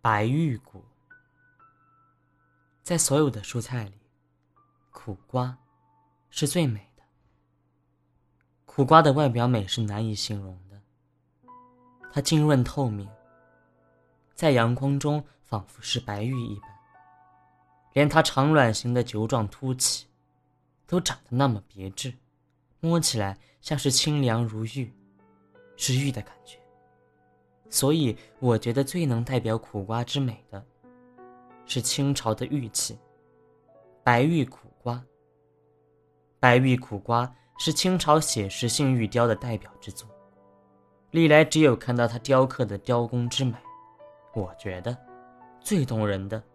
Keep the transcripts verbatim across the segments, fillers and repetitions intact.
白玉苦。在所有的蔬菜里，苦瓜是最美的。苦瓜的外表美是难以形容的，它晶润透明，在阳光中仿佛是白玉一般，连它长卵形的球状凸起都长得那么别致，摸起来像是清凉如玉，是玉的感觉。所以我觉得最能代表苦瓜之美的是清朝的玉器白玉苦瓜。白玉苦瓜是清朝写实性玉雕的代表之作，历来只有看到它雕刻的雕工之美，我觉得最动人的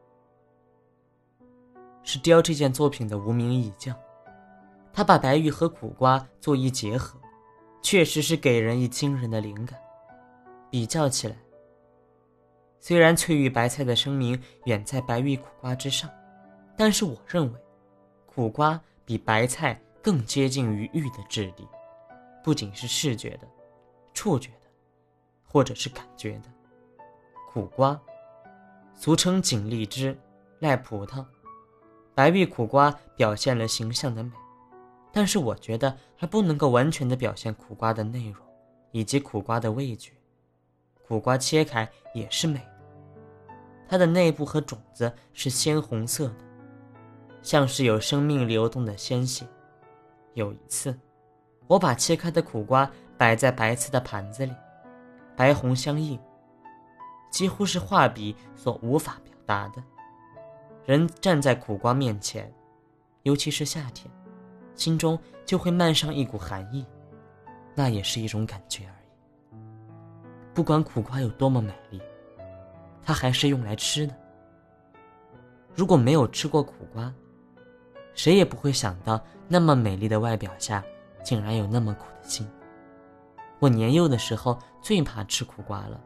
是雕这件作品的无名艺匠，他把白玉和苦瓜做一结合，确实是给人以惊人的灵感。比较起来，虽然翠玉白菜的声名远在白玉苦瓜之上，但是我认为苦瓜比白菜更接近于玉的质地，不仅是视觉的、触觉的，或者是感觉的。苦瓜俗称锦荔枝、赖葡萄，白玉苦瓜表现了形象的美，但是我觉得还不能够完全的表现苦瓜的内容以及苦瓜的味觉。苦瓜切开也是美的，它的内部和种子是鲜红色的，像是有生命流动的鲜血。有一次，我把切开的苦瓜摆在白瓷的盘子里，白红相映，几乎是画笔所无法表达的。人站在苦瓜面前，尤其是夏天，心中就会漫上一股寒意，那也是一种感觉而已。不管苦瓜有多么美丽，它还是用来吃的。如果没有吃过苦瓜，谁也不会想到那么美丽的外表下竟然有那么苦的心。我年幼的时候最怕吃苦瓜了，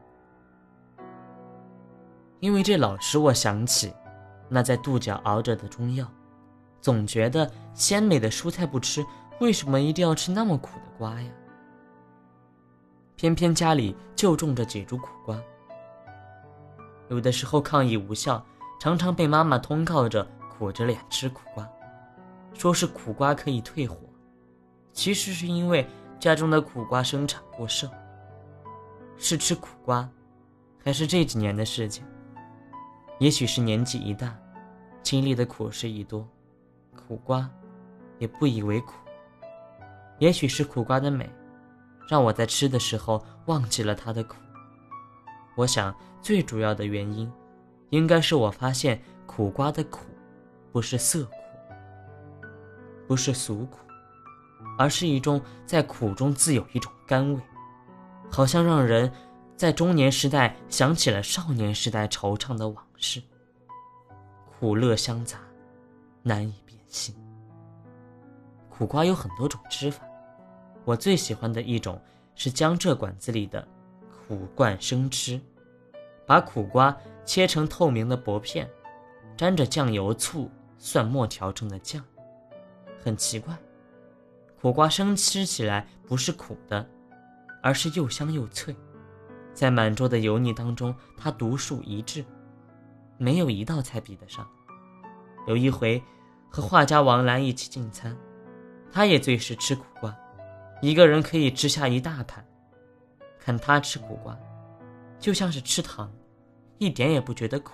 因为这老使我想起那在肚角熬着的中药，总觉得鲜美的蔬菜不吃，为什么一定要吃那么苦的瓜呀？偏偏家里就种着几株苦瓜，有的时候抗议无效，常常被妈妈通告着苦着脸吃苦瓜，说是苦瓜可以退火，其实是因为家中的苦瓜生产过剩。是吃苦瓜还是这几年的事情，也许是年纪一大，经历的苦事一多，苦瓜也不以为苦。也许是苦瓜的美让我在吃的时候忘记了它的苦。我想最主要的原因应该是我发现苦瓜的苦不是涩苦，不是俗苦，而是一种在苦中自有一种甘味，好像让人在中年时代想起了少年时代惆怅的往事，苦乐相杂，难以辨析。苦瓜有很多种吃法，我最喜欢的一种是江浙馆子里的苦灌生吃，把苦瓜切成透明的薄片，沾着酱油、醋、蒜末调成的酱。很奇怪，苦瓜生吃起来不是苦的，而是又香又脆，在满桌的油腻当中，它独树一帜，没有一道菜比得上。有一回和画家王兰一起进餐，他也最是吃苦瓜，一个人可以吃下一大盘。看他吃苦瓜就像是吃糖，一点也不觉得苦。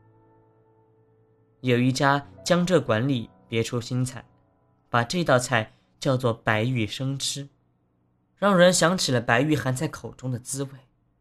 有一家江浙馆里别出心裁，把这道菜叫做白玉生吃，让人想起了白玉含在口中的滋味。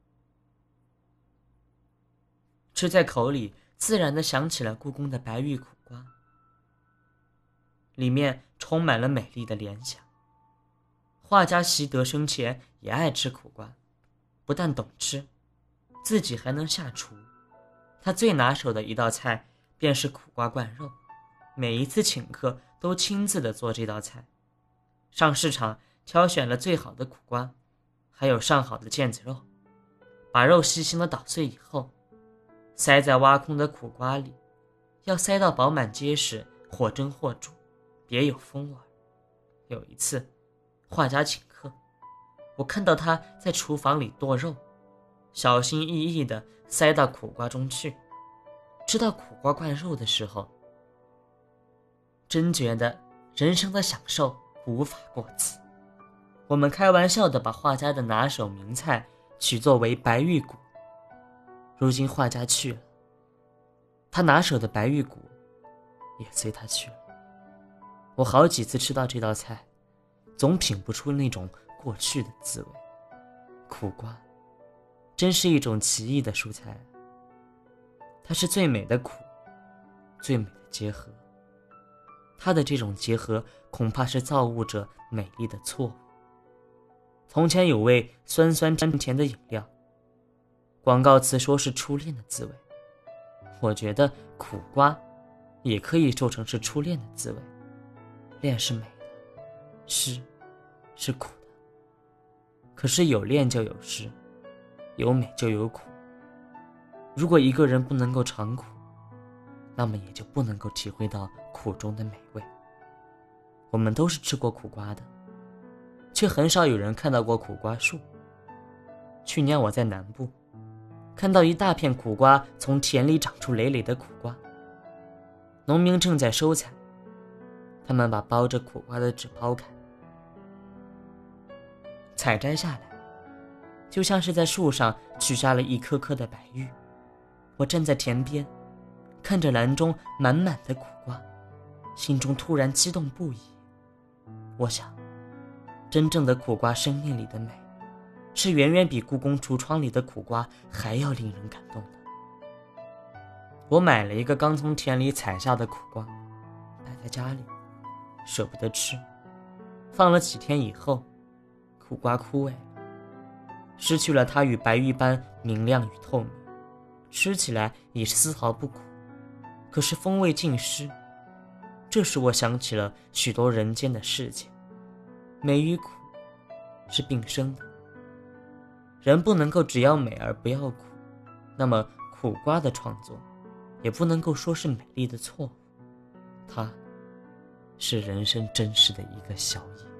吃在口里，自然地想起了故宫的白玉苦瓜，里面充满了美丽的联想。画家习得生前也爱吃苦瓜，不但懂吃，自己还能下厨。他最拿手的一道菜便是苦瓜灌肉，每一次请客都亲自的做这道菜。上市场挑选了最好的苦瓜，还有上好的腱子肉，把肉细心的捣碎以后，塞在挖空的苦瓜里，要塞到饱满结实，或蒸或煮，别有风味。有一次画家请客，我看到他在厨房里剁肉，小心翼翼地塞到苦瓜中去， 吃到苦瓜块肉的时候，真觉得人生的享受无法过此。我们开玩笑地把画家的拿手名菜取作为白玉骨，如今画家去了，他拿手的白玉骨也随他去了。我好几次吃到这道菜，总品不出那种过去的滋味。苦瓜真是一种奇异的蔬菜，它是最美的苦，最美的结合。它的这种结合恐怕是造物者美丽的错误。从前有味酸酸甜甜的饮料，广告词说是初恋的滋味，我觉得苦瓜也可以说成是初恋的滋味。恋是美的，诗是苦的，可是有恋就有诗，有美就有苦。如果一个人不能够尝苦，那么也就不能够体会到苦中的美味。我们都是吃过苦瓜的，却很少有人看到过苦瓜树。去年我在南部看到一大片苦瓜从田里长出累累的苦瓜，农民正在收采，他们把包着苦瓜的纸抛开，采摘下来就像是在树上取下了一颗颗的白玉。我站在田边看着篮中满满的苦瓜，心中突然激动不已。我想，真正的苦瓜生命里的美，是远远比故宫橱窗里的苦瓜还要令人感动的。我买了一个刚从田里采下的苦瓜，摆在家里，舍不得吃。放了几天以后，苦瓜枯萎了，失去了它与白玉般明亮与透明，吃起来也丝毫不苦，可是风味尽失。这时我想起了许多人间的事情，美与苦是并生的，人不能够只要美而不要苦，那么苦瓜的创作也不能够说是美丽的错误，它是人生真实的一个效应。